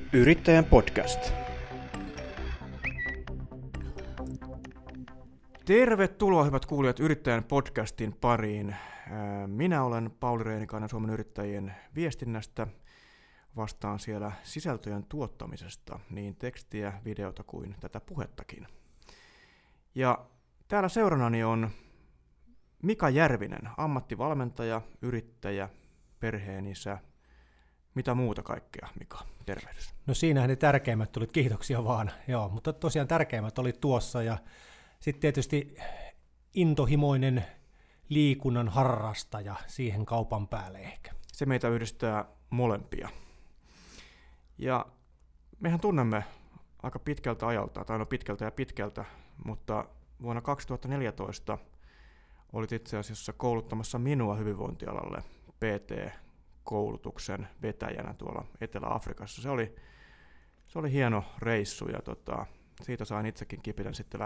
Yrittäjän podcast. Tervetuloa hyvät kuulijat Yrittäjän podcastin pariin. Minä olen Pauli Reinikainen Suomen Yrittäjien viestinnästä. Vastaan siellä sisältöjen tuottamisesta, niin tekstiä, videota kuin tätä puhettakin. Ja täällä seurannani on Mika Järvinen, ammattivalmentaja, yrittäjä, perheenisä. Mitä muuta kaikkea, Mika? Tervehdys. No siinähän ne tärkeimmät tulit, kiitoksia vaan. Joo, mutta tosiaan tärkeimmät oli tuossa ja sitten tietysti intohimoinen liikunnan harrastaja siihen kaupan päälle ehkä. Se meitä yhdistää molempia. Ja mehän tunnemme aika pitkältä ajalta, tai no pitkältä, mutta vuonna 2014 olit itse asiassa kouluttamassa minua hyvinvointialalle PT-koulutuksen vetäjänä tuolla Etelä-Afrikassa. Se oli hieno reissu ja siitä sain itsekin kipinän sitten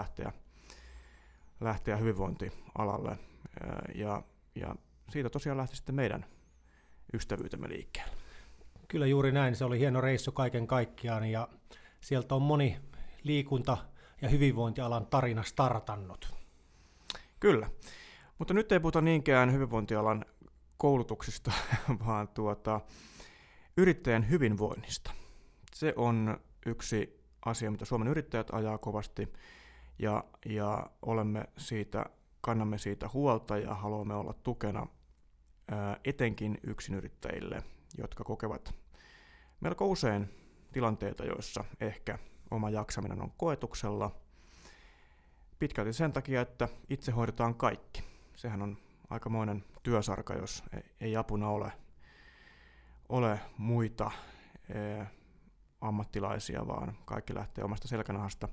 lähteä hyvinvointialalle ja siitä tosiaan lähti sitten meidän ystävyytemme liikkeelle. Kyllä juuri näin, se oli hieno reissu kaiken kaikkiaan ja sieltä on moni liikunta- ja hyvinvointialan tarina startannut. Kyllä, mutta nyt ei puhuta niinkään hyvinvointialan koulutuksista, vaan yrittäjän hyvinvoinnista. Se on yksi asia, mitä Suomen yrittäjät ajaa kovasti ja kannamme siitä huolta ja haluamme olla tukena etenkin yksinyrittäjille, jotka kokevat melko usein tilanteita, joissa ehkä oma jaksaminen on koetuksella. Pitkälti sen takia, että itse hoidetaan kaikki. Sehän on aikamoinen työsarka, jos ei apuna ole muita ammattilaisia, vaan kaikki lähtee omasta selkänahasta.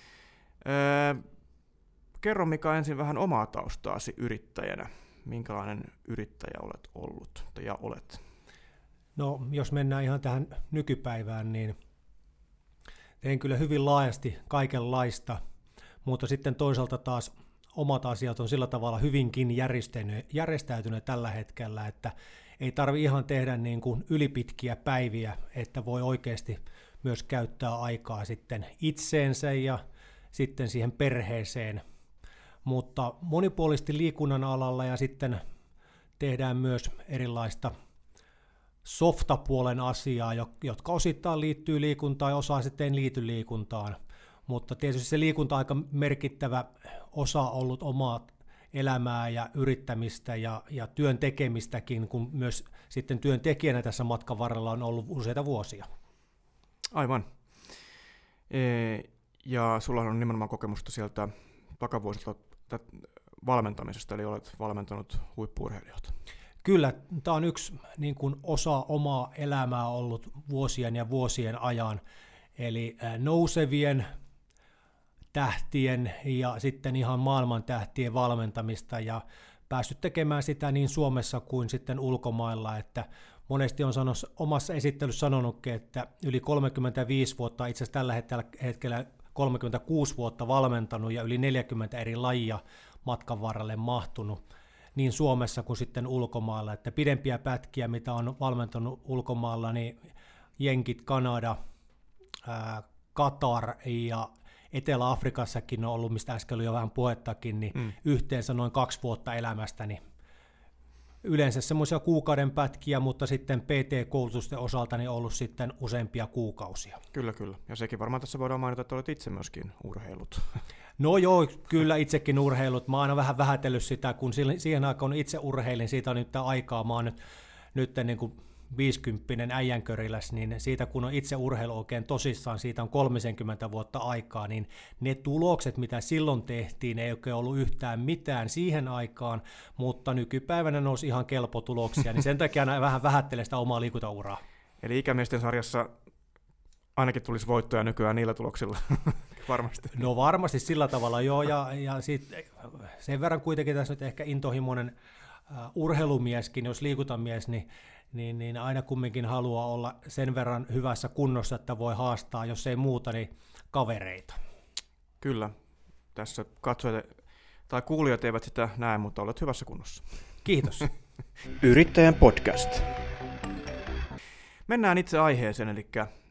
Kerro Mika ensin vähän omaa taustaasi yrittäjänä. Minkälainen yrittäjä olet ollut ja olet? No, jos mennään ihan tähän nykypäivään, niin teen kyllä hyvin laajasti kaikenlaista, mutta sitten toisaalta taas omat asiat on sillä tavalla hyvinkin järjestäytyneet tällä hetkellä, että ei tarvitse ihan tehdä niin kuin ylipitkiä päiviä, että voi oikeasti myös käyttää aikaa sitten itseensä ja sitten siihen perheeseen. Mutta monipuolisesti liikunnan alalla ja sitten tehdään myös erilaista softapuolen asiaa, jotka osittain liittyy liikuntaan ja osa sitten ei liity liikuntaan. Mutta tietysti se liikunta on aika merkittävä osa ollut omaa elämää ja yrittämistä ja työn tekemistäkin, kun myös sitten työntekijänä tässä matkan varrella on ollut useita vuosia. Aivan. Ja sulla on nimenomaan kokemusta sieltä takavuosilta valmentamisesta, eli olet valmentanut huippu-urheilijoita. Kyllä, tämä on yksi niin kuin osa omaa elämää ollut vuosien ja vuosien ajan, eli nousevien tähtien ja sitten ihan maailman tähtien valmentamista ja päässyt tekemään sitä niin Suomessa kuin sitten ulkomailla, että monesti on omassa esittelyssä sanonutkin, että yli 35 vuotta, itse asiassa tällä hetkellä 36 vuotta valmentanut ja yli 40 eri lajia matkan varrelle mahtunut niin Suomessa kuin sitten ulkomailla, että pidempiä pätkiä, mitä on valmentanut ulkomailla, niin Jenkit, Kanada, Katar ja Etelä-Afrikassakin on ollut, mistä äsken oli jo vähän puhettakin, niin yhteensä noin 2 vuotta elämästäni. Yleensä semmoisia kuukauden pätkiä, mutta sitten PT-koulutusten osalta niin on ollut sitten useampia kuukausia. Kyllä. Ja sekin varmaan tässä voidaan mainita, että olet itse myöskin urheilut. No joo, kyllä itsekin urheilut. Mä oon aina vähän vähätellyt sitä, kun siihen aikaan kun itse urheilin, siitä on nyt aikaa. Mä oon nyt niin kuin 50 äijänköriläs, niin siitä kun on itse urheilu oikein tosissaan, siitä on 30 vuotta aikaa, niin ne tulokset, mitä silloin tehtiin, ei oikein ollut yhtään mitään siihen aikaan, mutta nykypäivänä nousi ihan kelpo tuloksia, niin sen takia vähän vähättelee sitä omaa liikuntauraa. Eli ikämiesten sarjassa ainakin tulisi voittoja nykyään niillä tuloksilla, varmasti. No varmasti sillä tavalla joo, ja sen verran kuitenkin tässä nyt ehkä intohimoinen urheilumieskin, jos liikuntamies, niin aina kumminkin haluaa olla sen verran hyvässä kunnossa, että voi haastaa, jos ei muuta, niin kavereita. Kyllä. Tässä katsojat tai kuulijat eivät sitä näe, mutta olet hyvässä kunnossa. Kiitos. Yrittäjän podcast. Mennään itse aiheeseen, eli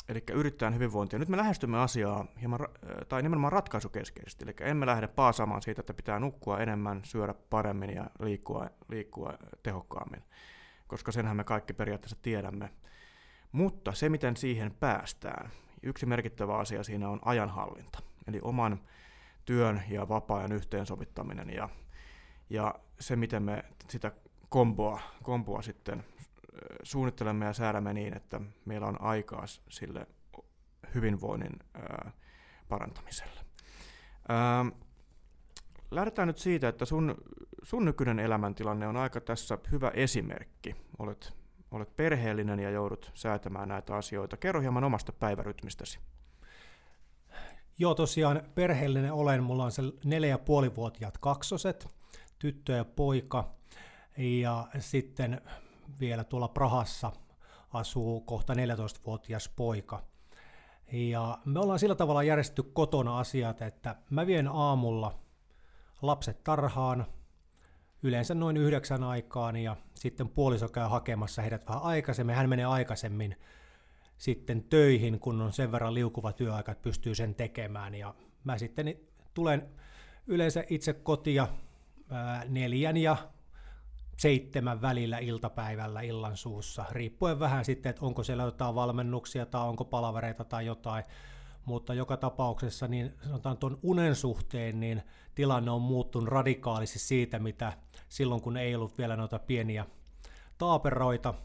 eli yrittäjän hyvinvointia. Nyt me lähestymme asiaa tai nimenomaan ratkaisukeskeisesti, eli emme lähde paasaamaan siitä, että pitää nukkua enemmän, syödä paremmin ja liikkua tehokkaammin, koska senhän me kaikki periaatteessa tiedämme. Mutta se, miten siihen päästään, yksi merkittävä asia siinä on ajanhallinta, eli oman työn ja vapaa-ajan yhteensovittaminen ja se, miten me sitä komboa sitten suunnittelemme ja säädämme niin, että meillä on aikaa sille hyvinvoinnin parantamiselle. Lähdetään nyt siitä, että sun nykyinen elämäntilanne on aika tässä hyvä esimerkki. Olet perheellinen ja joudut säätämään näitä asioita. Kerro hieman omasta päivärytmistäsi. Joo, tosiaan perheellinen olen. Mulla on se 4,5-vuotiaat kaksoset, tyttö ja poika. Ja sitten vielä tuolla Prahassa asuu kohta 14-vuotias poika. Ja me ollaan sillä tavalla järjestetty kotona asiat, että mä vien aamulla lapset tarhaan, yleensä noin 9 aikaan, ja sitten puoliso käy hakemassa heidät vähän aikaisemmin. Hän menee aikaisemmin sitten töihin, kun on sen verran liukuva työaika, että pystyy sen tekemään. Ja mä sitten tulen yleensä itse kotia 4 ja 7 välillä iltapäivällä illan suussa, riippuen vähän sitten, että onko siellä jotain valmennuksia tai onko palavereita tai jotain, mutta joka tapauksessa niin sanotaan tuon unen suhteen, niin tilanne on muuttunut radikaalisti siitä, mitä silloin kun ei ollut vielä noita pieniä taaperoita.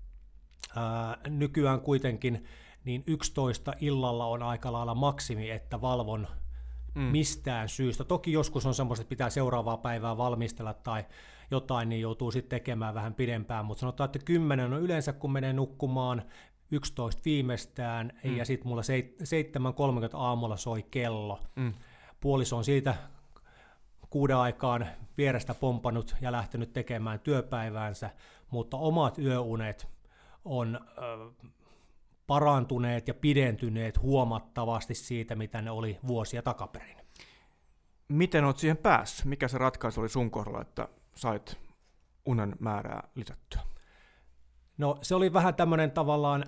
Nykyään kuitenkin niin 11 illalla on aika lailla maksimi, että valvon mistään syystä. Toki joskus on semmoista, että pitää seuraavaa päivää valmistella tai jotain, niin joutuu sitten tekemään vähän pidempään, mutta sanotaan, että 10 on yleensä, kun menee nukkumaan, 11 viimeistään, ja sitten mulla 7:30 aamulla soi kello. Puoliso on siitä 6 aikaan vierestä pompannut ja lähtenyt tekemään työpäiväänsä, mutta omat yöunet on parantuneet ja pidentyneet huomattavasti siitä, mitä ne oli vuosia takaperin. Miten olet siihen päässyt? Mikä se ratkaisu oli sun kohdalla, että sait unen määrää lisättyä? No se oli vähän tämmöinen tavallaan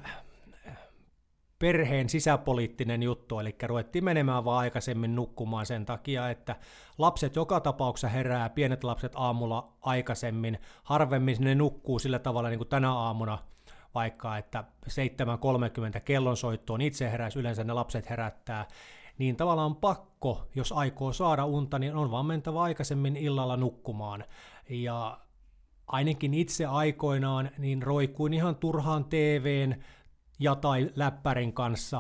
perheen sisäpoliittinen juttu, eli ruvettiin menemään vaan aikaisemmin nukkumaan sen takia, että lapset joka tapauksessa herää, pienet lapset aamulla aikaisemmin, harvemmin ne nukkuu sillä tavalla niin kuin tänä aamuna, vaikka että 7:30 kellonsoittoon itse heräisi, yleensä ne lapset herättää, niin tavallaan pakko, jos aikoo saada unta, niin on vaan mentävä aikaisemmin illalla nukkumaan. Ja ainakin itse aikoinaan niin roikuin ihan turhaan TV:n ja tai läppärin kanssa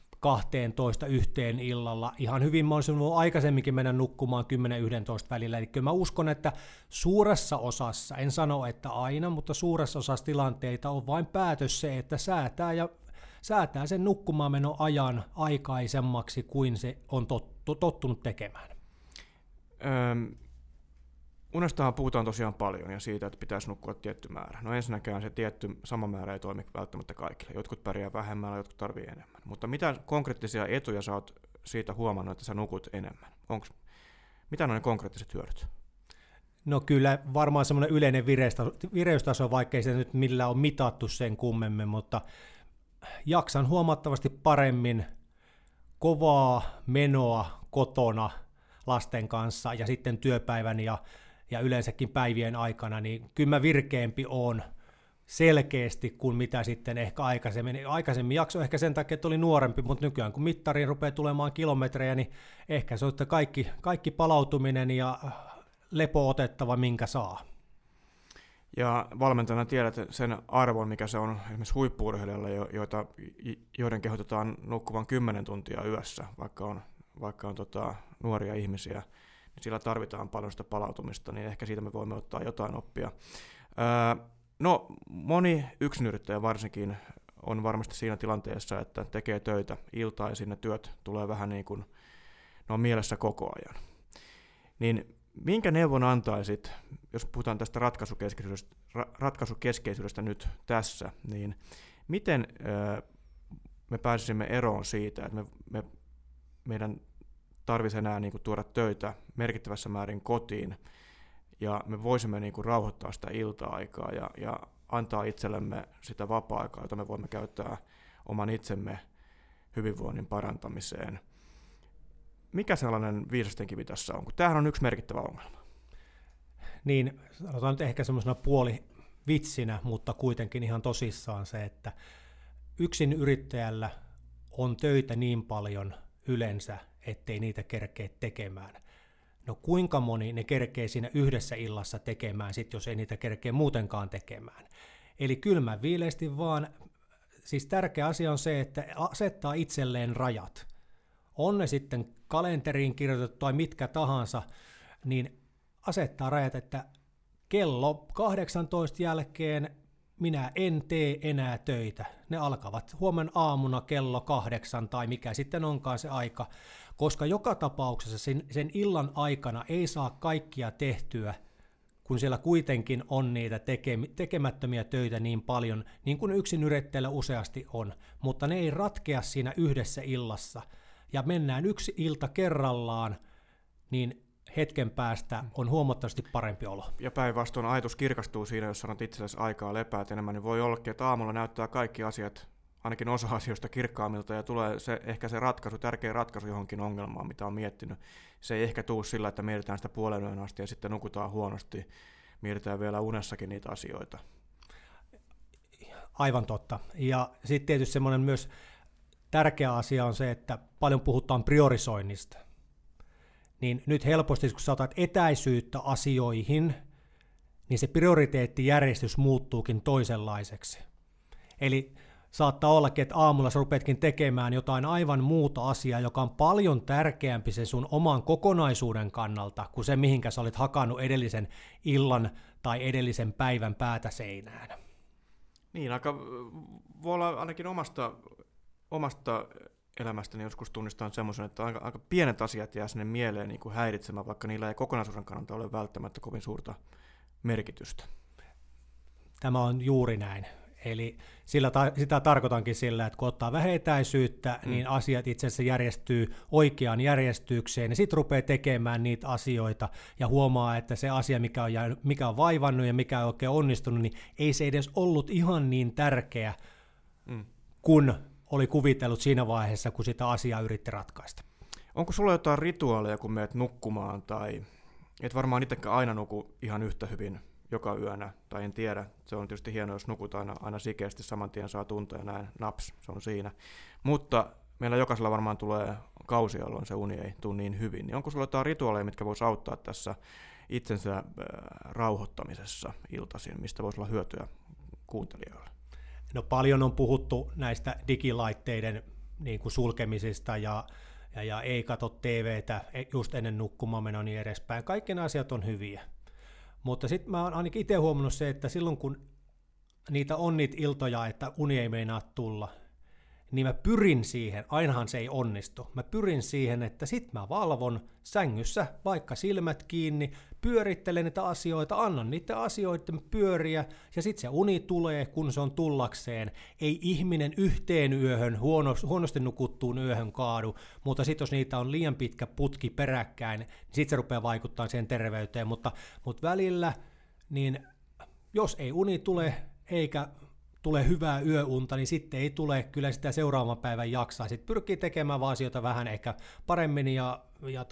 12 yhteen illalla. Ihan hyvin mä olisin voinut aikaisemminkin mennä nukkumaan 10-11 välillä. Eli kyllä mä uskon, että suuressa osassa, en sano että aina, mutta suuressa osassa tilanteita on vain päätös se, että säätää sen nukkumaanmenon ajan aikaisemmaksi kuin se on tottunut tekemään. Unestahan puhutaan tosiaan paljon ja siitä, että pitäisi nukkua tietty määrä. No ensinnäkään se tietty sama määrä ei toimi välttämättä kaikille. Jotkut pärjää vähemmällä, jotkut tarvii enemmän. Mutta mitä konkreettisia etuja sä oot siitä huomannut, että sä nukut enemmän? Mitä on ne konkreettiset hyödyt? No kyllä varmaan semmoinen yleinen vireystaso, vaikkei se nyt millään ole mitattu sen kummemmin, mutta jaksan huomattavasti paremmin kovaa menoa kotona lasten kanssa ja sitten työpäivän ja yleensäkin päivien aikana, niin kyllä mä virkeämpi oon selkeästi kuin mitä sitten ehkä aikaisemmin. Aikaisemmin jakso ehkä sen takia, että oli nuorempi, mutta nykyään kun mittariin rupeaa tulemaan kilometrejä, niin ehkä se on kaikki palautuminen ja lepo otettava, minkä saa. Ja valmentajana tiedät sen arvon, mikä se on esimerkiksi huippu-urheilijalle, joiden kehotetaan nukkuvan 10 tuntia yössä, vaikka on nuoria ihmisiä, niin sillä tarvitaan paljon sitä palautumista, niin ehkä siitä me voimme ottaa jotain oppia. No, moni yksinyrittäjä varsinkin on varmasti siinä tilanteessa, että tekee töitä iltaisin, ne työt tulee vähän niin kuin, ne on mielessä koko ajan. Niin minkä neuvon antaisit, jos puhutaan tästä ratkaisukeskeisyydestä nyt tässä, niin miten me pääsisimme eroon siitä, että meidän tarvitsisi enää niin kuin tuoda töitä merkittävässä määrin kotiin, ja me voisimme niin kuin rauhoittaa sitä ilta-aikaa ja antaa itsellemme sitä vapaa-aikaa, jota me voimme käyttää oman itsemme hyvinvoinnin parantamiseen. Mikä sellainen viisastenkivi tässä on? Kun tämähän on yksi merkittävä ongelma. Niin, sanotaan nyt ehkä semmoisena puolivitsinä, mutta kuitenkin ihan tosissaan se, että yksin yrittäjällä on töitä niin paljon yleensä, ettei niitä kerkeä tekemään. No kuinka moni ne kerkee siinä yhdessä illassa tekemään, sit jos ei niitä kerkeä muutenkaan tekemään. Eli kylmän viileästi vaan, siis tärkeä asia on se, että asettaa itselleen rajat. On ne sitten kalenteriin kirjoitettu tai mitkä tahansa, niin asettaa rajat, että kello 18 jälkeen minä en tee enää töitä. Ne alkavat huomenna aamuna kello 8 tai mikä sitten onkaan se aika, koska joka tapauksessa sen illan aikana ei saa kaikkia tehtyä, kun siellä kuitenkin on niitä tekemättömiä töitä niin paljon, niin kuin yksinyrittäjällä useasti on, mutta ne ei ratkea siinä yhdessä illassa. Ja mennään yksi ilta kerrallaan, niin hetken päästä on huomattavasti parempi olo. Ja päinvastoin ajatus kirkastuu siinä, jos sanot itsellesi aikaa lepäät enemmän, niin voi ollakin, että aamulla näyttää kaikki asiat, ainakin osa asioista kirkkaammilta, ja tulee ehkä se ratkaisu, tärkeä ratkaisu johonkin ongelmaan, mitä on miettinyt. Se ei ehkä tule sillä, että mietitään sitä puolen yön asti ja sitten nukutaan huonosti, mietitään vielä unessakin niitä asioita. Aivan totta. Ja sitten tietysti semmoinen myös tärkeä asia on se, että paljon puhutaan priorisoinnista. Niin nyt helposti, kun sä otat etäisyyttä asioihin, niin se prioriteettijärjestys muuttuukin toisenlaiseksi. Eli saattaa ollakin, että aamulla sä rupeatkin tekemään jotain aivan muuta asiaa, joka on paljon tärkeämpi sen sun oman kokonaisuuden kannalta, kuin se, mihinkä sä olet hakannut edellisen illan tai edellisen päivän päätä seinään. Niin, voi olla ainakin omasta elämästäni joskus tunnistan semmoisen, että aika pienet asiat jää sinne mieleen niin kuin häiritsemään, vaikka niillä ei kokonaisuuden kannalta ole välttämättä kovin suurta merkitystä. Tämä on juuri näin. Eli sitä tarkoitankin sillä, että kun ottaa vähän etäisyyttä, niin asiat itse asiassa järjestyy oikeaan järjestykseen, ja sitten rupeaa tekemään niitä asioita, ja huomaa, että se asia, mikä on vaivannut ja mikä on oikein onnistunut, niin ei se edes ollut ihan niin tärkeä, kun oli kuvitellut siinä vaiheessa, kun sitä asiaa yritti ratkaista. Onko sulla jotain rituaaleja, kun menet nukkumaan, tai et varmaan itsekään aina nuku ihan yhtä hyvin joka yönä, tai en tiedä, se on tietysti hienoa, jos nukut aina sikeästi, saman tien saa tuntea ja näin, naps, se on siinä. Mutta meillä jokaisella varmaan tulee kausi, jolloin se uni ei tule niin hyvin. Niin onko sulla jotain rituaaleja, mitkä voisi auttaa tässä itsensä rauhoittamisessa iltaisin, mistä voisi olla hyötyä kuuntelijoille? No paljon on puhuttu näistä digilaitteiden niin kuin sulkemisista ja ei katso TVtä just ennen nukkumaan menoa niin edespäin. Kaikki nämä asiat on hyviä. Mutta sitten mä oon ainakin itse huomannut se, että silloin kun niitä on niitä iltoja, että uni ei meinaa tulla, niin mä pyrin siihen, ainahan se ei onnistu, mä pyrin siihen, että sit mä valvon sängyssä, vaikka silmät kiinni, pyörittelen niitä asioita, annan niiden asioiden pyöriä, ja sit se uni tulee, kun se on tullakseen. Ei ihminen yhteen yöhön, huonosti nukuttuun yöhön kaadu, mutta sit jos niitä on liian pitkä putki peräkkäin, niin sit se rupeaa vaikuttaa siihen terveyteen, mutta välillä, niin jos ei uni tule, eikä tulee hyvää yöunta, niin sitten ei tule kyllä sitä seuraavan päivän jaksaa. Sitten pyrkii tekemään vaan asioita vähän ehkä paremmin ja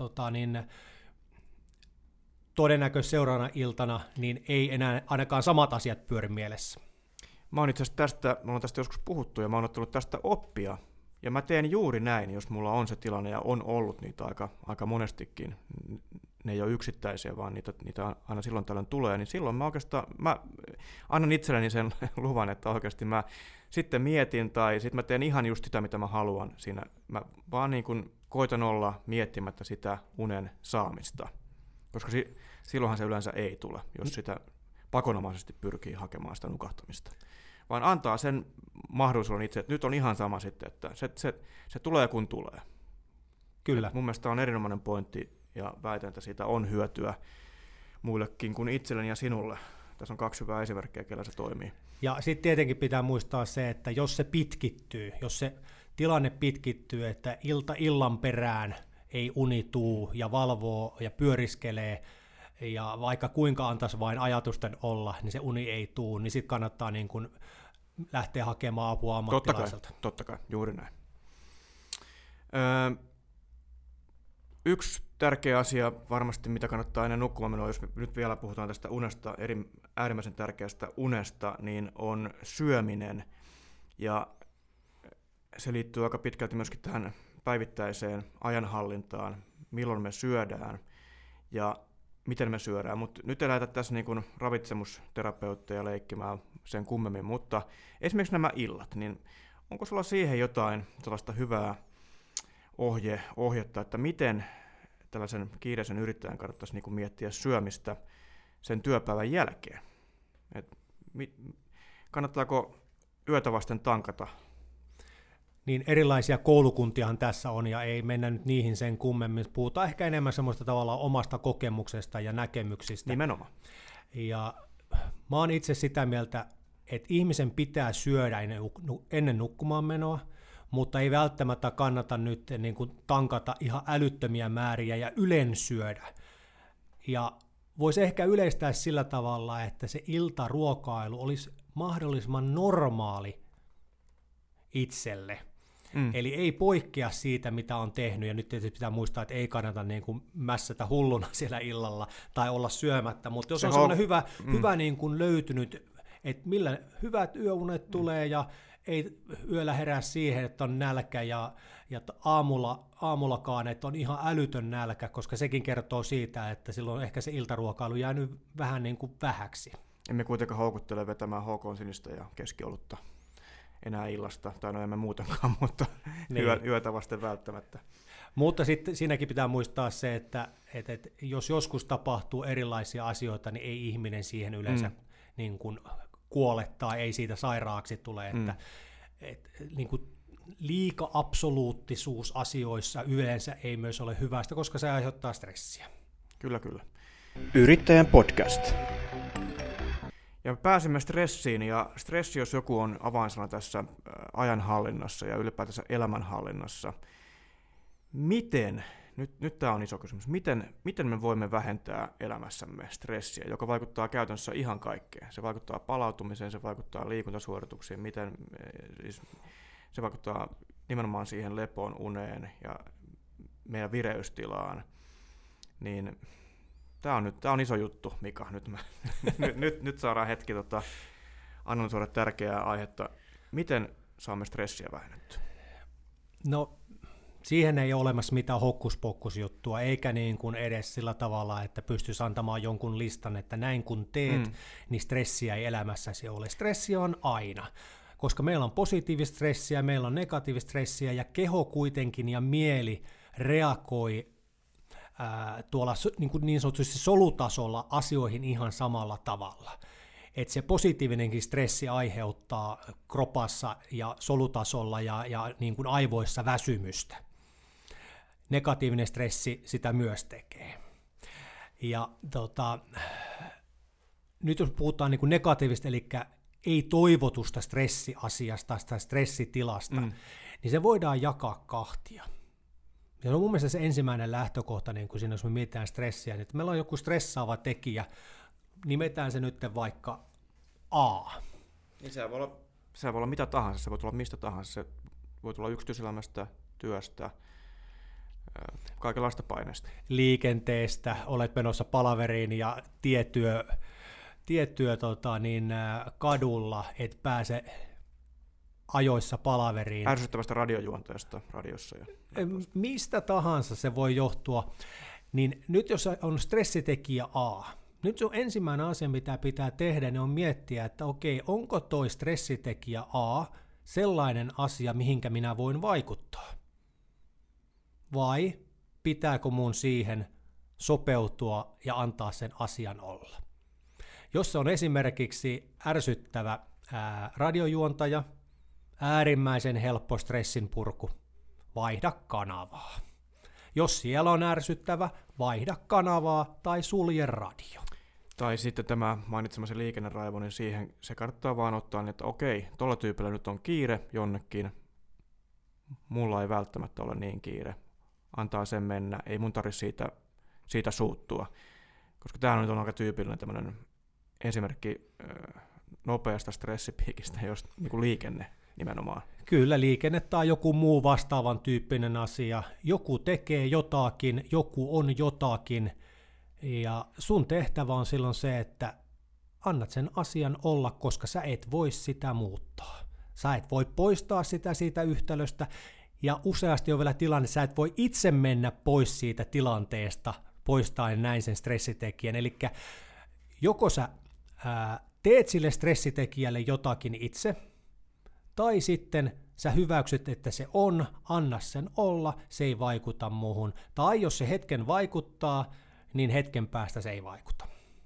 todennäköisesti seuraavana iltana niin ei enää ainakaan samat asiat pyöri mielessä. Mä oon itse asiassa me on tästä joskus puhuttu ja mä oon ottanut tästä oppia. Ja mä teen juuri näin, jos mulla on se tilanne ja on ollut niitä aika monestikin. Ne ei ole yksittäisiä, vaan niitä aina silloin tällöin tulee, niin silloin mä annan itselleni sen luvan, että oikeasti mä sitten mietin tai sitten mä teen ihan just sitä, mitä mä haluan siinä. Mä vaan niin kuin koitan olla miettimättä sitä unen saamista, koska silloinhan se yleensä ei tule, jos sitä pakonomaisesti pyrkii hakemaan sitä nukahtamista. Vaan antaa sen mahdollisuuden itse, että nyt on ihan sama sitten, että se tulee kun tulee. Kyllä. Mun mielestä on erinomainen pointti ja väitän, että siitä on hyötyä muillekin kuin itselleni ja sinulle. Tässä on 2 hyvää esimerkkiä, kellä se toimii. Ja sitten tietenkin pitää muistaa se, että jos se pitkittyy, jos se tilanne pitkittyy, että illan perään ei uni tuu ja valvoo ja pyöriskelee, ja vaikka kuinka antaisi vain ajatusten olla, niin se uni ei tuu, niin sitten kannattaa niin kun lähteä hakemaan apua ammattilaiselta. Totta kai, juuri näin. Yksi tärkeä asia varmasti, mitä kannattaa ennen nukkumaan menoa, jos nyt vielä puhutaan tästä unesta, äärimmäisen tärkeästä unesta, niin on syöminen. Ja se liittyy aika pitkälti myöskin tähän päivittäiseen ajanhallintaan, milloin me syödään ja miten me syödään. Mutta nyt ei lähdetä tässä niin kuin ravitsemusterapeutteja leikkimään sen kummemmin, mutta esimerkiksi nämä illat, niin onko sulla siihen jotain sellaista hyvää ohjetta, että miten tällaisen kiireisen yrittäjän kannattaisi niin kuin miettiä syömistä sen työpäivän jälkeen? Kannattaako yötä vasten tankata? Niin erilaisia koulukuntiahan tässä on, ja ei mennä nyt niihin sen kummemmin. Puhutaan ehkä enemmän semmoista tavallaan omasta kokemuksesta ja näkemyksistä. Nimenomaan. Ja mä oon itse sitä mieltä, että ihmisen pitää syödä ennen nukkumaan menoa, mutta ei välttämättä kannata nyt niin kuin tankata ihan älyttömiä määriä ja ylensyödä. Ja voisi ehkä yleistää sillä tavalla, että se iltaruokailu olisi mahdollisimman normaali itselle. Eli ei poikkea siitä, mitä on tehnyt, ja nyt tietysti pitää muistaa, että ei kannata niin kuin mässätä hulluna siellä illalla tai olla syömättä, mutta jos on sellainen hyvä niin kuin löytynyt, että millä hyvät yöunet tulee ja ei yöllä herää siihen, että on nälkä ja aamullakaan, että on ihan älytön nälkä, koska sekin kertoo siitä, että silloin ehkä se iltaruokailu jäänyt vähän niin kuin vähäksi. Emme kuitenkaan houkuttele vetämään HK-sinistä ja keskiolutta enää illasta, tai no emme muutenkaan, mutta niin. Yötä vasten välttämättä. Mutta sitten siinäkin pitää muistaa se, että jos joskus tapahtuu erilaisia asioita, niin ei ihminen siihen yleensä niin kuin kuole tai ei siitä sairaaksi tule, että niin kuin liika absoluuttisuus asioissa yleensä ei myös ole hyvästä, koska se aiheuttaa stressiä. Kyllä. Yrittäjän podcast. Ja pääsimme stressiin, ja stressi, jos joku on avainsana tässä ajanhallinnassa ja ylipäätänsä elämänhallinnassa. Nyt tämä on iso kysymys, miten me voimme vähentää elämässämme stressiä, joka vaikuttaa käytännössä ihan kaikkeen. Se vaikuttaa palautumiseen, se vaikuttaa liikuntasuorituksiin, se vaikuttaa nimenomaan siihen lepoon, uneen ja meidän vireystilaan. Niin Tämä on iso juttu, Mika. Nyt saadaan hetki analysoida tärkeää aihetta. Miten saamme stressiä vähennettyä? No, siihen ei ole olemassa mitään hokkuspokkusjuttua, eikä niin kuin edes sillä tavalla, että pystyisi antamaan jonkun listan, että näin kun teet, niin stressiä ei elämässäsi ole. Stressi on aina, koska meillä on positiivista stressiä, meillä on negatiivista stressiä, ja keho kuitenkin ja mieli reagoi tuolla niin sanotusti solutasolla asioihin ihan samalla tavalla. Että se positiivinenkin stressi aiheuttaa kropassa ja solutasolla ja niin kuin aivoissa väsymystä. Negatiivinen stressi sitä myös tekee. Ja nyt jos puhutaan niin kuin negatiivista, eli ei toivotusta stressiasiasta tai stressitilasta, niin se voidaan jakaa kahtia. Ja se on mun mielestä se ensimmäinen lähtökohta, niin kun siinä, jos me mietitään stressiä, niin että meillä on joku stressaava tekijä, nimetään se nyt vaikka A. Niin se voi olla mitä tahansa, se voi tulla mistä tahansa, se voi tulla yksityiselämästä, työstä, kaikenlaista paineesta. Liikenteestä, olet menossa palaveriin ja tietyö kadulla, et pääse ajoissa palaveriin. Ärsyttävästä radiojuontajasta radiossa. Mistä tahansa se voi johtua. Niin nyt jos on stressitekijä A, nyt se on ensimmäinen asia, mitä pitää tehdä, niin on miettiä, että okei, onko toi stressitekijä A sellainen asia, mihinkä minä voin vaikuttaa? Vai pitääkö mun siihen sopeutua ja antaa sen asian olla? Jos se on esimerkiksi ärsyttävä radiojuontaja, äärimmäisen helppo stressin purku, vaihda kanavaa. Jos siellä on ärsyttävä, vaihda kanavaa tai sulje radio. Tai sitten tämä mainitsemasi liikenneraivo, niin siihen se kannattaa vaan ottaa, että okei, tuolla tyypillä nyt on kiire jonnekin, mulla ei välttämättä ole niin kiire, antaa sen mennä, ei mun tarvitse siitä suuttua. Koska tämä on aika tyypillinen tämmöinen esimerkki nopeasta stressipiikistä, jos niin kuin liikenne. nimenomaan. Kyllä, liikenne tai joku muu vastaavan tyyppinen asia. Joku tekee jotakin, joku on jotakin, ja sun tehtävä on silloin se, että annat sen asian olla, koska sä et voi sitä muuttaa. Sä et voi poistaa sitä siitä yhtälöstä, ja useasti on vielä tilanne, sä et voi itse mennä pois siitä tilanteesta, poistaen näin sen stressitekijän. Eli joko sä teet sille stressitekijälle jotakin itse, tai sitten sä hyväksyt, että se on, anna sen olla, se ei vaikuta muuhun. Tai jos se hetken vaikuttaa, niin hetken päästä se ei vaikuta.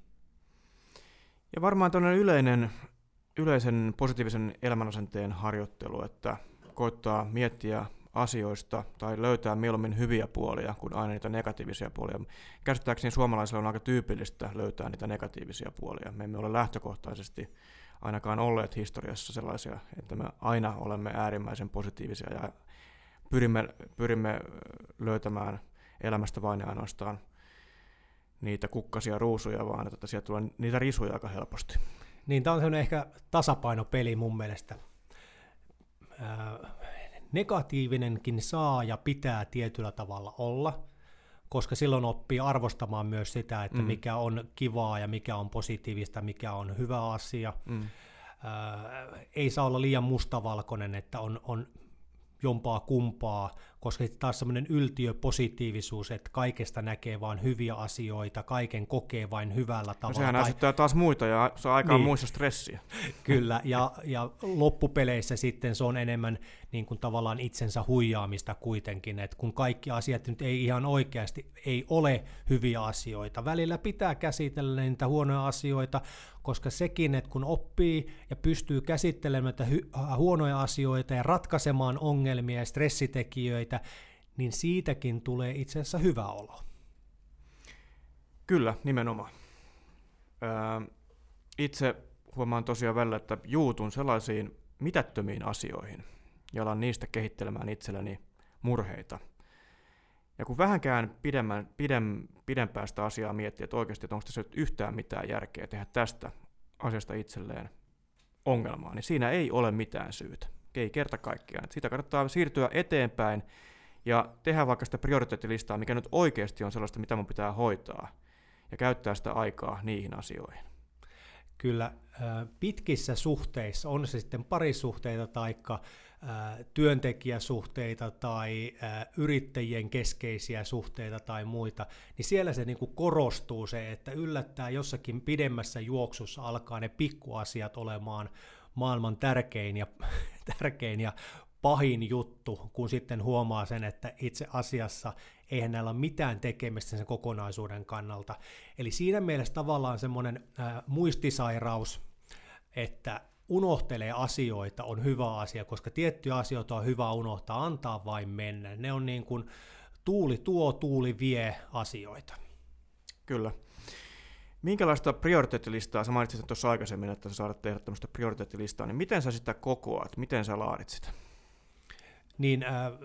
Ja varmaan tämmöinen yleisen positiivisen elämänasenteen harjoittelu, että koittaa miettiä asioista tai löytää mieluummin hyviä puolia kuin aina niitä negatiivisia puolia. Käsittääkseni suomalaisilla on aika tyypillistä löytää niitä negatiivisia puolia. Me emme ole lähtökohtaisesti ainakaan olleet historiassa sellaisia, että me aina olemme äärimmäisen positiivisia ja pyrimme löytämään elämästä vain ja ainoastaan niitä kukkasia ruusuja, vaan että sieltä tulee niitä risuja aika helposti. Niin, tämä on sellainen ehkä tasapainopeli mun mielestä. Negatiivinenkin saa ja pitää tietyllä tavalla olla, koska silloin oppii arvostamaan myös sitä, että mikä on kivaa ja mikä on positiivista, mikä on hyvä asia. Ei saa olla liian mustavalkoinen, että on jompaa kumpaa, koska sitten taas semmoinen yltiöpositiivisuus, että kaikesta näkee vain hyviä asioita, kaiken kokee vain hyvällä tavalla. No sehän ärsyttää taas muita ja saa aikaan muissa stressiä. Kyllä, ja loppupeleissä sitten se on enemmän niin kuin tavallaan itsensä huijaamista kuitenkin, että kun kaikki asiat nyt ei ihan oikeasti ei ole hyviä asioita, välillä pitää käsitellä niitä huonoja asioita, koska sekin, että kun oppii ja pystyy käsittelemään huonoja asioita ja ratkaisemaan ongelmia ja stressitekijöitä, niin siitäkin tulee itse asiassa hyvä olo. Kyllä, nimenomaan. Itse huomaan tosiaan välillä, että juutun sellaisiin mitättömiin asioihin ja alan niistä kehittelemään itselleni murheita. Ja kun vähänkään pidempään sitä asiaa miettii, että oikeasti, että onko tässä yhtään mitään järkeä tehdä tästä asiasta itselleen ongelmaa, niin siinä ei ole mitään syytä. Ei kerta kaikkiaan. Siitä kannattaa siirtyä eteenpäin ja tehdä vaikka sitä prioriteettilistaa, mikä nyt oikeasti on sellaista, mitä mun pitää hoitaa, ja käyttää sitä aikaa niihin asioihin. Kyllä pitkissä suhteissa, on se sitten parisuhteita tai työntekijäsuhteita tai yrittäjien keskeisiä suhteita tai muita, niin siellä se niin kuin korostuu se, että yllättää jossakin pidemmässä juoksussa alkaa ne pikkuasiat olemaan maailman tärkein ja pahin juttu, kun sitten huomaa sen, että itse asiassa eihän näillä ole mitään tekemistä sen kokonaisuuden kannalta. Eli siinä mielessä tavallaan semmoinen muistisairaus, että unohtelee asioita on hyvä asia, koska tiettyjä asioita on hyvä unohtaa, antaa vain mennä. Ne on niin kuin tuuli tuo, tuuli vie asioita. Kyllä. Minkälaista prioriteettilistaa, sä mainitsit tuossa aikaisemmin, että sä saat tehdä tämmöistä prioriteettilistaa, niin miten sä sitä kokoat, miten sä laadit sitä? Niin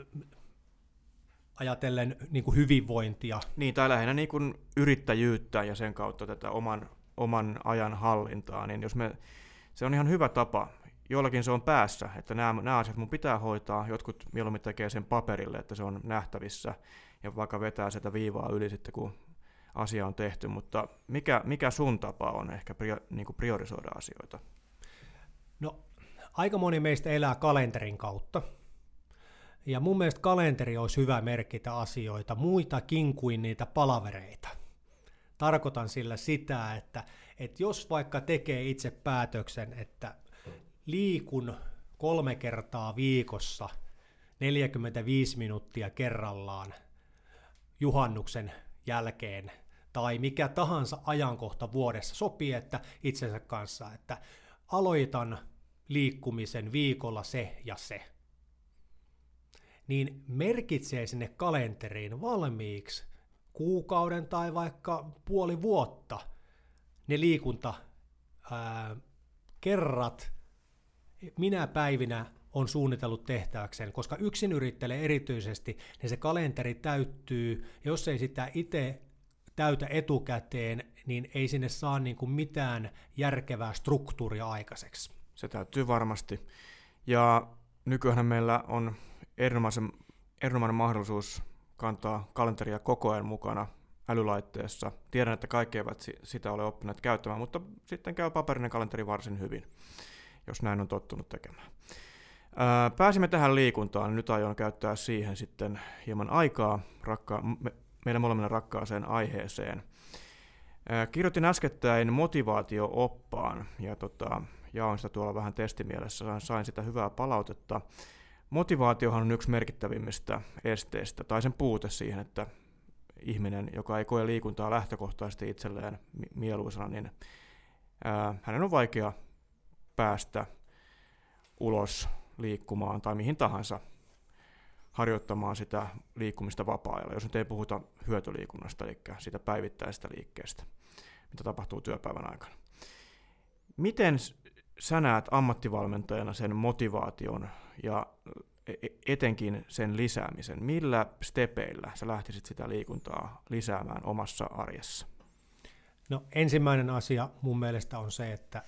ajatellen niin kuin hyvinvointia. Niin, tai lähinnä niin kuin yrittäjyyttä ja sen kautta tätä oman ajan hallintaa, niin se on ihan hyvä tapa. Joillakin se on päässä, että nämä asiat mun pitää hoitaa, jotkut mieluummin tekee sen paperille, että se on nähtävissä, ja vaikka vetää sitä viivaa yli sitten, kun asia on tehty, mutta mikä sun tapa on ehkä niin kuin priorisoida asioita? No, aika moni meistä elää kalenterin kautta. Ja mun mielestä kalenteri olisi hyvä merkitä asioita, muitakin kuin niitä palavereita. Tarkoitan sillä sitä, että jos vaikka tekee itse päätöksen, että liikun 3 kertaa viikossa 45 minuuttia kerrallaan juhannuksen jälkeen, tai mikä tahansa ajankohta vuodessa sopii, että itsensä kanssa, että aloitan liikkumisen viikolla se ja se, niin merkitsee sinne kalenteriin valmiiksi kuukauden tai vaikka puoli vuotta ne liikuntakerrat, minä päivinä on suunnitellut tehtäväkseen, koska yksinyrittäjälle erityisesti niin se kalenteri täyttyy, jos ei sitä itse täytä etukäteen, niin ei sinne saa niin kuin mitään järkevää struktuuria aikaiseksi. Se täytyy varmasti. Ja nykyään meillä on erinomainen mahdollisuus kantaa kalenteria koko ajan mukana älylaitteessa. Tiedän, että kaikki eivät sitä ole oppineet käyttämään, mutta sitten käy paperinen kalenteri varsin hyvin, jos näin on tottunut tekemään. Pääsimme tähän liikuntaan. Nyt aion käyttää siihen sitten hieman aikaa meille molemmille rakkaaseen aiheeseen. Kirjoitin äskettäin motivaatio-oppaan ja jaoin sitä tuolla vähän testimielessä. Sain sitä hyvää palautetta. Motivaatiohan on yksi merkittävimmistä esteistä tai sen puute siihen, että ihminen, joka ei koe liikuntaa lähtökohtaisesti itselleen mieluisena, niin hänen on vaikea päästä ulos liikkumaan tai mihin tahansa harjoittamaan sitä liikkumista vapaa-ajalla, jos nyt ei puhuta hyötyliikunnasta, eli siitä päivittäisestä liikkeestä, mitä tapahtuu työpäivän aikana. Miten sä näet ammattivalmentajana sen motivaation ja etenkin sen lisäämisen? Millä stepeillä sä lähtisit sitä liikuntaa lisäämään omassa arjessa? No, ensimmäinen asia mun mielestä on se, että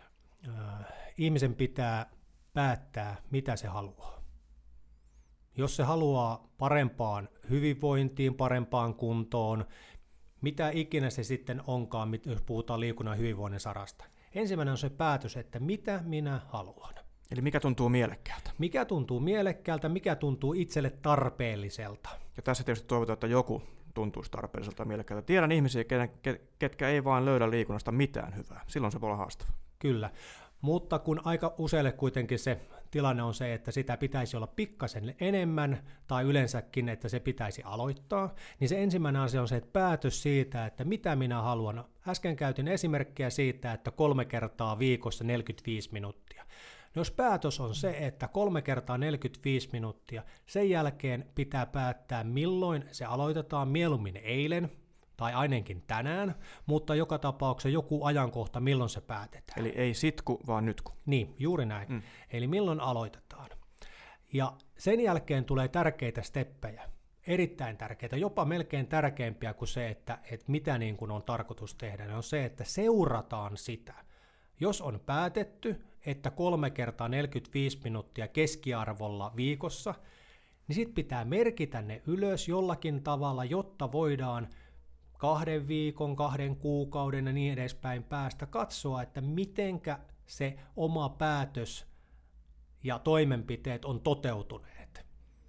ihmisen pitää päättää, mitä se haluaa. Jos se haluaa parempaan hyvinvointiin, parempaan kuntoon, mitä ikinä se sitten onkaan, jos puhutaan liikunnan hyvinvoinnin sarasta. Ensimmäinen on se päätös, että mitä minä haluan. Eli mikä tuntuu mielekkäältä? Mikä tuntuu mielekkäältä, mikä tuntuu itselle tarpeelliselta. Ja tässä tietysti toivotaan, että joku tuntuisi tarpeelliselta ja mielekkäältä. Tiedän ihmisiä, ketkä ei vaan löydä liikunnasta mitään hyvää. Silloin se voi olla haastava. Kyllä, mutta kun aika useille kuitenkin se tilanne on se, että sitä pitäisi olla pikkasen enemmän tai yleensäkin, että se pitäisi aloittaa, niin se ensimmäinen asia on se, että päätös siitä, että mitä minä haluan. Äsken käytin esimerkkiä siitä, että 3 kertaa viikossa 45 minuuttia. Jos päätös on se, että 3 kertaa 45 minuuttia, sen jälkeen pitää päättää, milloin se aloitetaan, mieluummin eilen tai ainakin tänään, mutta joka tapauksessa joku ajankohta, milloin se päätetään. Eli ei sitku, vaan nytku. Niin, juuri näin. Eli milloin aloitetaan. Ja sen jälkeen tulee tärkeitä steppejä, erittäin tärkeitä, jopa melkein tärkeämpiä kuin se, että mitä niin kuin on tarkoitus tehdä. Ne on se, että seurataan sitä. Jos on päätetty, että 3 kertaa 45 minuuttia keskiarvolla viikossa, niin sitten pitää merkitä ne ylös jollakin tavalla, jotta voidaan 2 viikon, 2 kuukauden ja niin edespäin päästä katsoa, että mitenkä se oma päätös ja toimenpiteet on toteutuneet.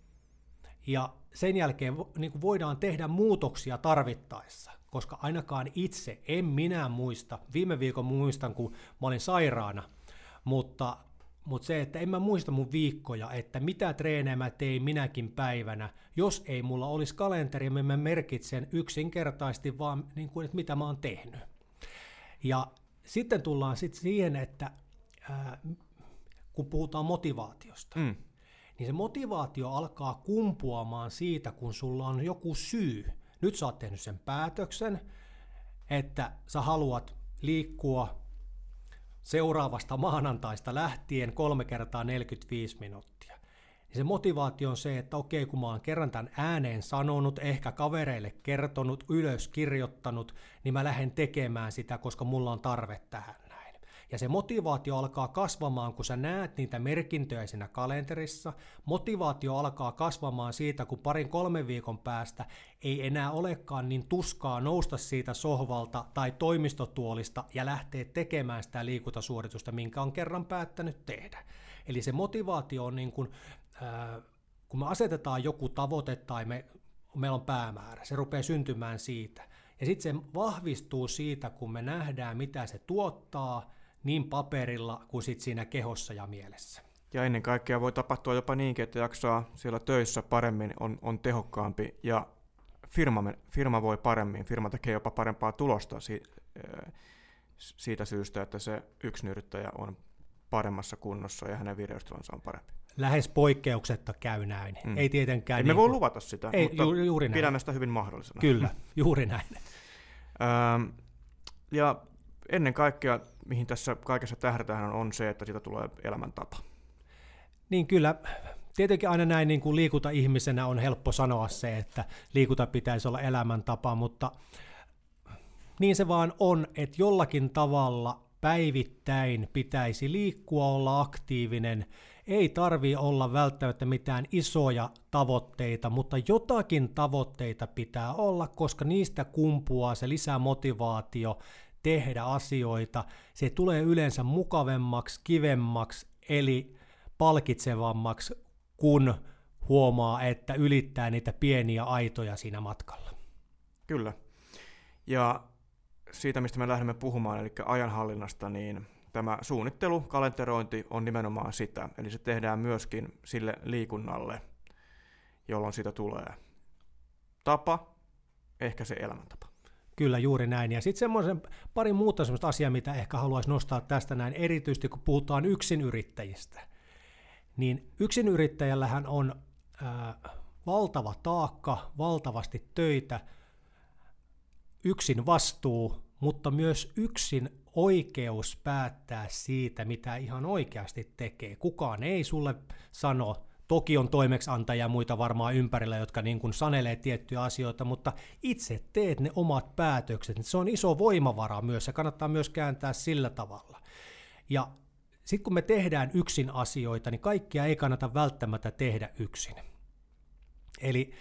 Ja sen jälkeen niin voidaan tehdä muutoksia tarvittaessa, koska ainakaan itse en minä muista, viime viikon muistan, kun mä olin sairaana, mutta se, että en mä muista mun viikkoja, että mitä treenejä mä tein minäkin päivänä, jos ei mulla olisi kalenteri, mä merkitsen yksinkertaisesti vaan, niin kuin, että mitä mä oon tehnyt. Ja sitten tullaan siihen, että kun puhutaan motivaatiosta, niin se motivaatio alkaa kumpuamaan siitä, kun sulla on joku syy. Nyt sä oot tehnyt sen päätöksen, että sä haluat liikkua seuraavasta maanantaista lähtien 3 kertaa 45 minuuttia. Ja se motivaatio on se, että okei, kun mä oon kerran tämän ääneen sanonut, ehkä kavereille kertonut, ylös kirjoittanut, niin mä lähden tekemään sitä, koska mulla on tarve tähän näin. Ja se motivaatio alkaa kasvamaan, kun sä näet niitä merkintöjä siinä kalenterissa. Motivaatio alkaa kasvamaan siitä, kun 2-3 viikon päästä ei enää olekaan niin tuskaa nousta siitä sohvalta tai toimistotuolista ja lähteä tekemään sitä liikuntasuoritusta, minkä on kerran päättänyt tehdä. Eli se motivaatio on niin kuin, kun me asetetaan joku tavoite tai meillä on päämäärä, se rupeaa syntymään siitä. Ja sitten se vahvistuu siitä, kun me nähdään, mitä se tuottaa, niin paperilla kuin sit siinä kehossa ja mielessä. Ja ennen kaikkea voi tapahtua jopa niinkin, että jaksaa siellä töissä paremmin, on tehokkaampi ja firma voi paremmin, firma tekee jopa parempaa tulosta siitä syystä, että se yksinyrittäjä on paremmassa kunnossa ja hänen vireystilansa on parempi. Lähes poikkeuksetta käy näin. Ei tietenkään. Emme voi luvata sitä, ei, mutta juuri näin. Pidämme sitä hyvin mahdollisena. Kyllä, juuri näin. Ja ennen kaikkea, mihin tässä kaikessa tähdätään, on se, että siitä tulee elämäntapa. Niin kyllä, tietenkin aina näin niin kuin liikunta-ihmisenä on helppo sanoa se, että liikunta pitäisi olla elämäntapa, mutta niin se vaan on, että jollakin tavalla päivittäin pitäisi liikkua, olla aktiivinen Ei tarvitse olla välttämättä mitään isoja tavoitteita, mutta jotakin tavoitteita pitää olla, koska niistä kumpuaa se lisämotivaatio tehdä asioita. Se tulee yleensä mukavemmaksi, kivemmaksi, eli palkitsevammaksi, kun huomaa, että ylittää niitä pieniä aitoja siinä matkalla. Kyllä. Ja siitä, mistä me lähdemme puhumaan, eli ajanhallinnasta, niin tämä suunnittelu, kalenterointi on nimenomaan sitä. Eli se tehdään myöskin sille liikunnalle, jolloin siitä tulee tapa, ehkä se elämäntapa. Kyllä, juuri näin. Ja sitten semmoisen pari muuta semmoista asiaa, mitä ehkä haluaisi nostaa tästä näin, erityisesti kun puhutaan yksinyrittäjistä. Niin yksinyrittäjällähän on valtava taakka, valtavasti töitä, yksin vastuu, mutta myös yksin oikeus päättää siitä, mitä ihan oikeasti tekee. Kukaan ei sulle sano, toki on toimeksiantajia ja muita varmaan ympärillä, jotka niin kuin sanelee tiettyjä asioita, mutta itse teet ne omat päätökset. Se on iso voimavara myös, ja kannattaa myös kääntää sillä tavalla. Ja sitten kun me tehdään yksin asioita, niin kaikkia ei kannata välttämättä tehdä yksin. Eli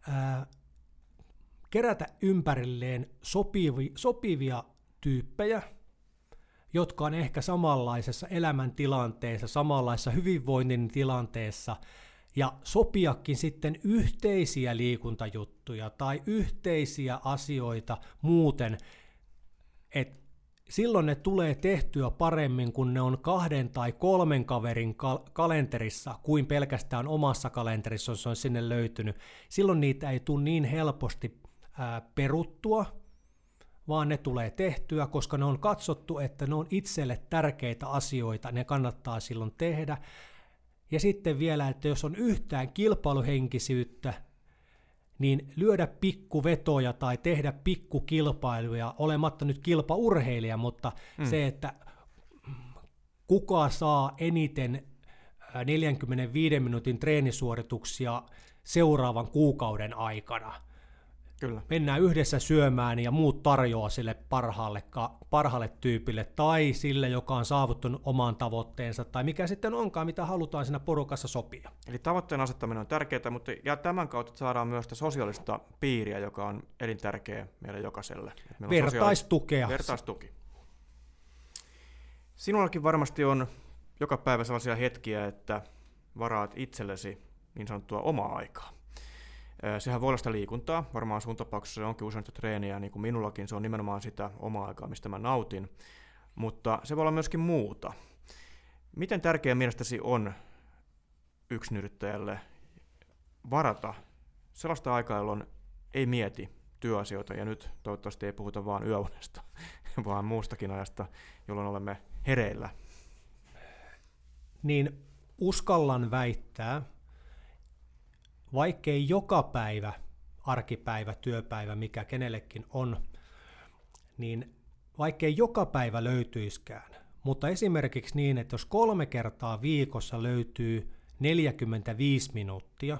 kerätä ympärilleen sopivia tyyppejä, jotka on ehkä samanlaisessa elämäntilanteessa, samanlaisessa hyvinvoinnin tilanteessa, ja sopiakin sitten yhteisiä liikuntajuttuja tai yhteisiä asioita muuten, että silloin ne tulee tehtyä paremmin, kun ne on 2 tai 3 kaverin kalenterissa, kuin pelkästään omassa kalenterissa, jos on sinne löytynyt. Silloin niitä ei tule niin helposti peruttua, vaan ne tulee tehtyä, koska ne on katsottu, että ne on itselle tärkeitä asioita, ne kannattaa silloin tehdä. Ja sitten vielä, että jos on yhtään kilpailuhenkisyyttä, niin lyödä pikkuvetoja tai tehdä pikkukilpailuja, olematta nyt kilpaurheilija, mutta se, että kuka saa eniten 45 minuutin treenisuorituksia seuraavan kuukauden aikana. Kyllä. Mennään yhdessä syömään ja muut tarjoaa sille parhaalle tyypille tai sille, joka on saavuttanut oman tavoitteensa tai mikä sitten onkaan, mitä halutaan siinä porukassa sopia. Eli tavoitteen asettaminen on tärkeää, mutta ja tämän kautta saadaan myös sitä sosiaalista piiriä, joka on elintärkeä meille jokaiselle. Vertaistukea. Vertaistuki. Sinullakin varmasti on joka päivä sellaisia hetkiä, että varaat itsellesi niin sanottua omaa aikaa. Sehän voi olla sitä liikuntaa, varmaan sun tapauksessa se onkin usein treeniä, niin kuin minullakin, se on nimenomaan sitä omaa aikaa, mistä mä nautin, mutta se voi olla myöskin muuta. Miten tärkeää mielestäsi on yksinyrittäjälle varata sellaista aikaa, jolloin ei mieti työasioita, ja nyt toivottavasti ei puhuta vaan yöunesta, vaan muustakin ajasta, jolloin olemme hereillä? Niin uskallan väittää, vaikkei joka päivä, arkipäivä, työpäivä, mikä kenellekin on, niin vaikkei joka päivä löytyiskään, mutta esimerkiksi niin, että jos 3 kertaa viikossa löytyy 45 minuuttia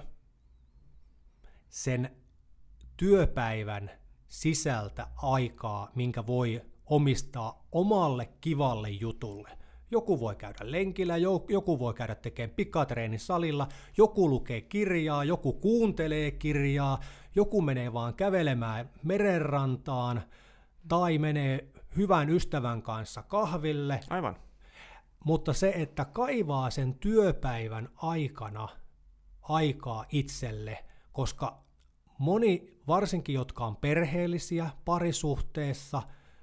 sen työpäivän sisältä aikaa, minkä voi omistaa omalle kivalle jutulle. Joku voi käydä lenkillä, joku voi käydä tekemään pikatreeni salilla, joku lukee kirjaa, joku kuuntelee kirjaa, joku menee vaan kävelemään merenrantaan tai menee hyvän ystävän kanssa kahville. Aivan. Mutta se, että kaivaa sen työpäivän aikana aikaa itselle, koska moni, varsinkin jotka on perheellisiä parisuhteessa,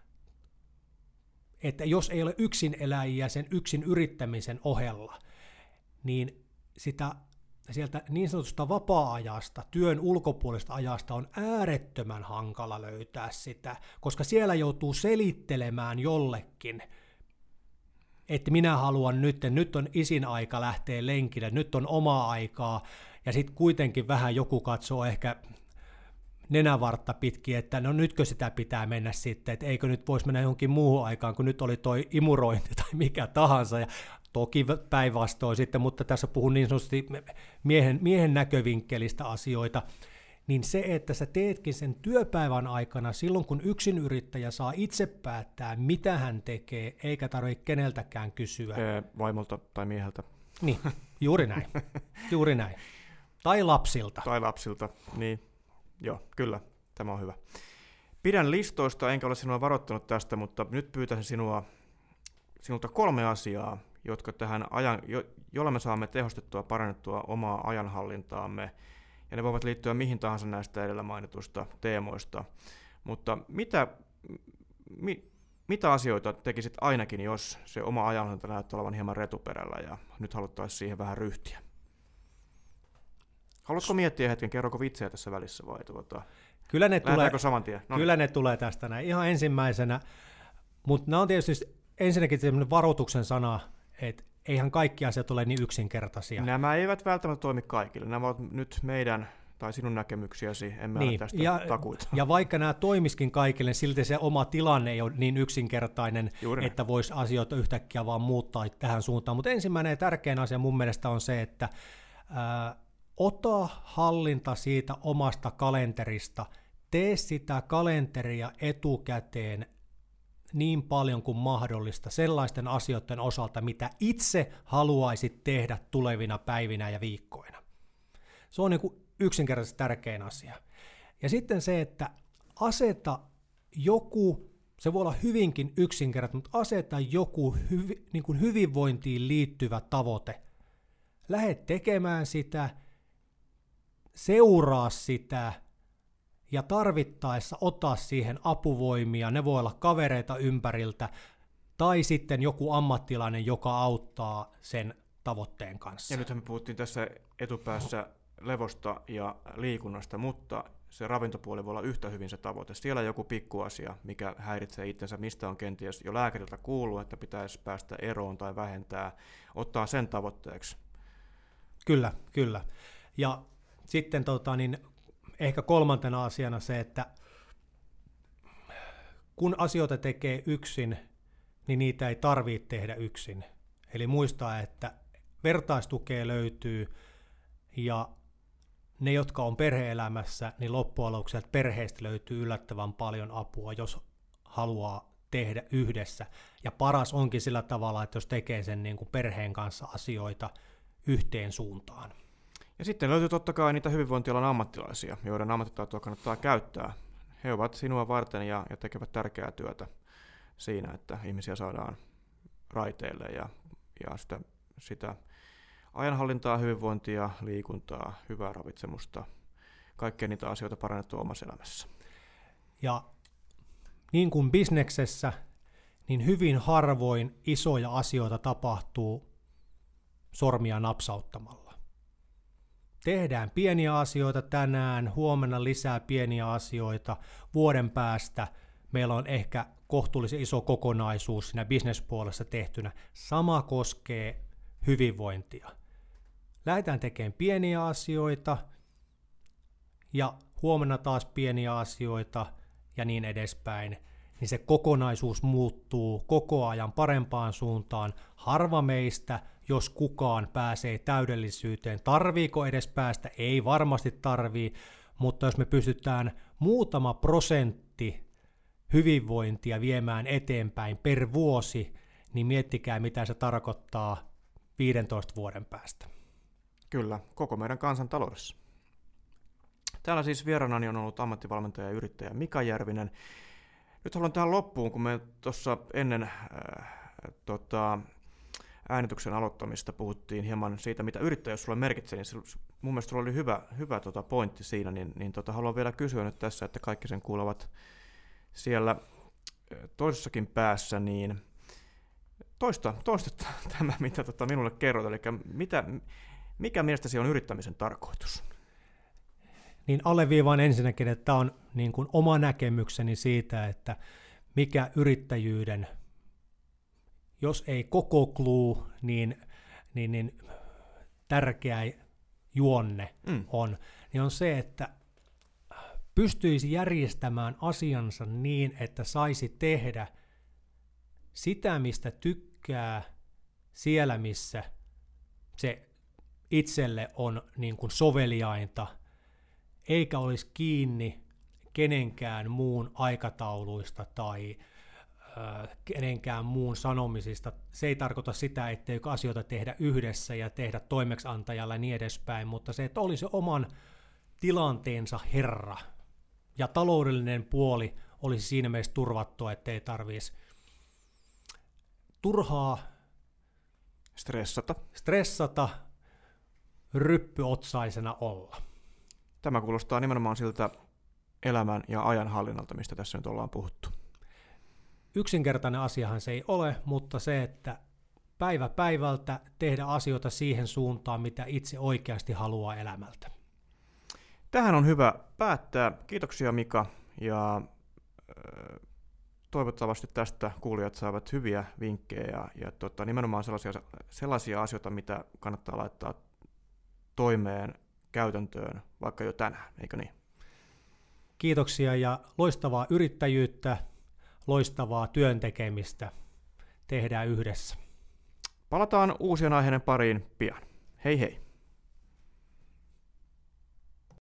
että jos ei ole yksineläjiä sen yksin yrittämisen ohella, niin sitä sieltä niin sanotusta vapaa-ajasta, työn ulkopuolista ajasta on äärettömän hankala löytää sitä, koska siellä joutuu selittelemään jollekin, että minä haluan nyt on isin aika lähteä lenkille, nyt on omaa aikaa, ja sitten kuitenkin vähän joku katsoo ehkä nenävartta pitkin, että no nytkö sitä pitää mennä sitten, että eikö nyt voisi mennä johonkin muuhun aikaan, kun nyt oli toi imurointi tai mikä tahansa, ja toki päinvastoin sitten, mutta tässä puhun niin sanotusti miehen näkövinkkelistä asioita, niin se, että sä teetkin sen työpäivän aikana silloin, kun yksinyrittäjä saa itse päättää, mitä hän tekee, eikä tarvitse keneltäkään kysyä. Vaimolta tai mieheltä. Niin, juuri näin. Juuri näin. Tai lapsilta. Tai lapsilta, niin joo, kyllä, tämä on hyvä. Pidän listoista, enkä ole sinua varoittanut tästä, mutta nyt pyytäisin sinulta 3 asiaa, jotka jolla me saamme tehostettua, parannettua omaa ajanhallintaamme, ja ne voivat liittyä mihin tahansa näistä edellä mainituista teemoista. Mutta mitä asioita tekisit ainakin, jos se oma ajanhallinta näyttää olevan hieman retuperällä ja nyt haluttaisiin siihen vähän ryhtiä? Haluatko miettiä hetken, kerroko vitsejä tässä välissä vai Kyllä ne tulee, saman tien? Kyllä ne tulee tästä näin ihan ensimmäisenä, mutta nämä on tietysti ensinnäkin sellainen varoituksen sana, että eihän kaikki asiat ole niin yksinkertaisia. Nämä eivät välttämättä toimi kaikille. Nämä ovat nyt meidän tai sinun näkemyksiäsi, emme ole tästä takuita. Ja vaikka nämä toimiskin kaikille, niin silti se oma tilanne ei ole niin yksinkertainen, että voisi asioita yhtäkkiä vaan muuttaa tähän suuntaan. Mutta ensimmäinen ja tärkein asia mun mielestä on se, että ota hallinta siitä omasta kalenterista, tee sitä kalenteria etukäteen niin paljon kuin mahdollista sellaisten asioiden osalta, mitä itse haluaisit tehdä tulevina päivinä ja viikkoina. Se on niin kuin yksinkertaisesti tärkein asia. Ja sitten se, että aseta joku, se voi olla hyvinkin yksinkertainen, mutta aseta joku niin kuin hyvinvointiin liittyvä tavoite. Lähde tekemään sitä, seuraa sitä ja tarvittaessa ota siihen apuvoimia. Ne voi olla kavereita ympäriltä tai sitten joku ammattilainen, joka auttaa sen tavoitteen kanssa. Ja nythän me puhuttiin tässä etupäässä levosta ja liikunnasta, mutta se ravintopuoli voi olla yhtä hyvin se tavoite. Siellä on joku pikkuasia, mikä häiritsee itsensä, mistä on kenties jo lääkäriltä kuullut, että pitäisi päästä eroon tai vähentää, ottaa sen tavoitteeksi. Kyllä, kyllä. Ja sitten ehkä kolmantena asiana se, että kun asioita tekee yksin, niin niitä ei tarvitse tehdä yksin. Eli muistaa, että vertaistukea löytyy ja ne, jotka on perhe-elämässä, niin loppujen lopuksi perheestä löytyy yllättävän paljon apua, jos haluaa tehdä yhdessä. Ja paras onkin sillä tavalla, että jos tekee sen niin kuin perheen kanssa asioita yhteen suuntaan. Ja sitten löytyy totta kai niitä hyvinvointialan ammattilaisia, joiden ammattitaitoa kannattaa käyttää. He ovat sinua varten ja tekevät tärkeää työtä siinä, että ihmisiä saadaan raiteille ja sitä ajanhallintaa, hyvinvointia, liikuntaa, hyvää ravitsemusta, kaikkia niitä asioita parannettua omassa elämässä. Ja niin kuin bisneksessä, niin hyvin harvoin isoja asioita tapahtuu sormia napsauttamalla. Tehdään pieniä asioita tänään, huomenna lisää pieniä asioita, vuoden päästä meillä on ehkä kohtuullisen iso kokonaisuus siinä bisnespuolessa tehtynä. Sama koskee hyvinvointia. Lähdetään tekemään pieniä asioita ja huomenna taas pieniä asioita ja niin edespäin, niin se kokonaisuus muuttuu koko ajan parempaan suuntaan. Harva meistä, jos kukaan, pääsee täydellisyyteen. Tarviiko edes päästä? Ei varmasti tarvii, mutta jos me pystytään muutama prosentti hyvinvointia viemään eteenpäin per vuosi, niin miettikää, mitä se tarkoittaa 15 vuoden päästä. Kyllä, koko meidän kansantaloudessa. Täällä siis vieraanani on ollut ammattivalmentaja ja yrittäjä Mika Järvinen. Nyt haluan tähän loppuun, kun me tuossa ennen äänityksen aloittamista puhuttiin hieman siitä, mitä yrittäjyys sulle merkitsee, niin mun mielestä sulla oli hyvä pointti siinä, niin haluan vielä kysyä nyt tässä, että kaikki sen kuulevat siellä toisessakin päässä, niin toista tämä, mitä minulle kerrot, eli mikä mielestäsi on yrittämisen tarkoitus? Niin alleviivaan ensinnäkin, että tämä on niin kuin oma näkemykseni siitä, että mikä yrittäjyyden, jos ei koko clue, niin tärkeä juonne on se, että pystyisi järjestämään asiansa niin, että saisi tehdä sitä, mistä tykkää, siellä missä se itselle on niin kuin soveliainta, eikä olisi kiinni kenenkään muun aikatauluista tai kenenkään muun sanomisista. Se ei tarkoita sitä, etteikö asioita tehdä yhdessä ja tehdä toimeksiantajalla ja niin edespäin, mutta se, että olisi oman tilanteensa herra ja taloudellinen puoli olisi siinä mielessä turvattua, ettei tarvitsisi turhaa stressata ryppyotsaisena olla. Tämä kuulostaa nimenomaan siltä elämän ja ajan hallinnalta, mistä tässä nyt ollaan puhuttu. Yksinkertainen asiahan se ei ole, mutta se, että päivä päivältä tehdä asioita siihen suuntaan, mitä itse oikeasti haluaa elämältä. Tähän on hyvä päättää. Kiitoksia Mika, ja toivottavasti tästä kuulijat saavat hyviä vinkkejä ja nimenomaan sellaisia asioita, mitä kannattaa laittaa toimeen käytäntöön vaikka jo tänään, eikö niin? Kiitoksia ja loistavaa yrittäjyyttä, loistavaa työntekemistä. Tehdään yhdessä. Palataan uusien aiheiden pariin pian. Hei hei!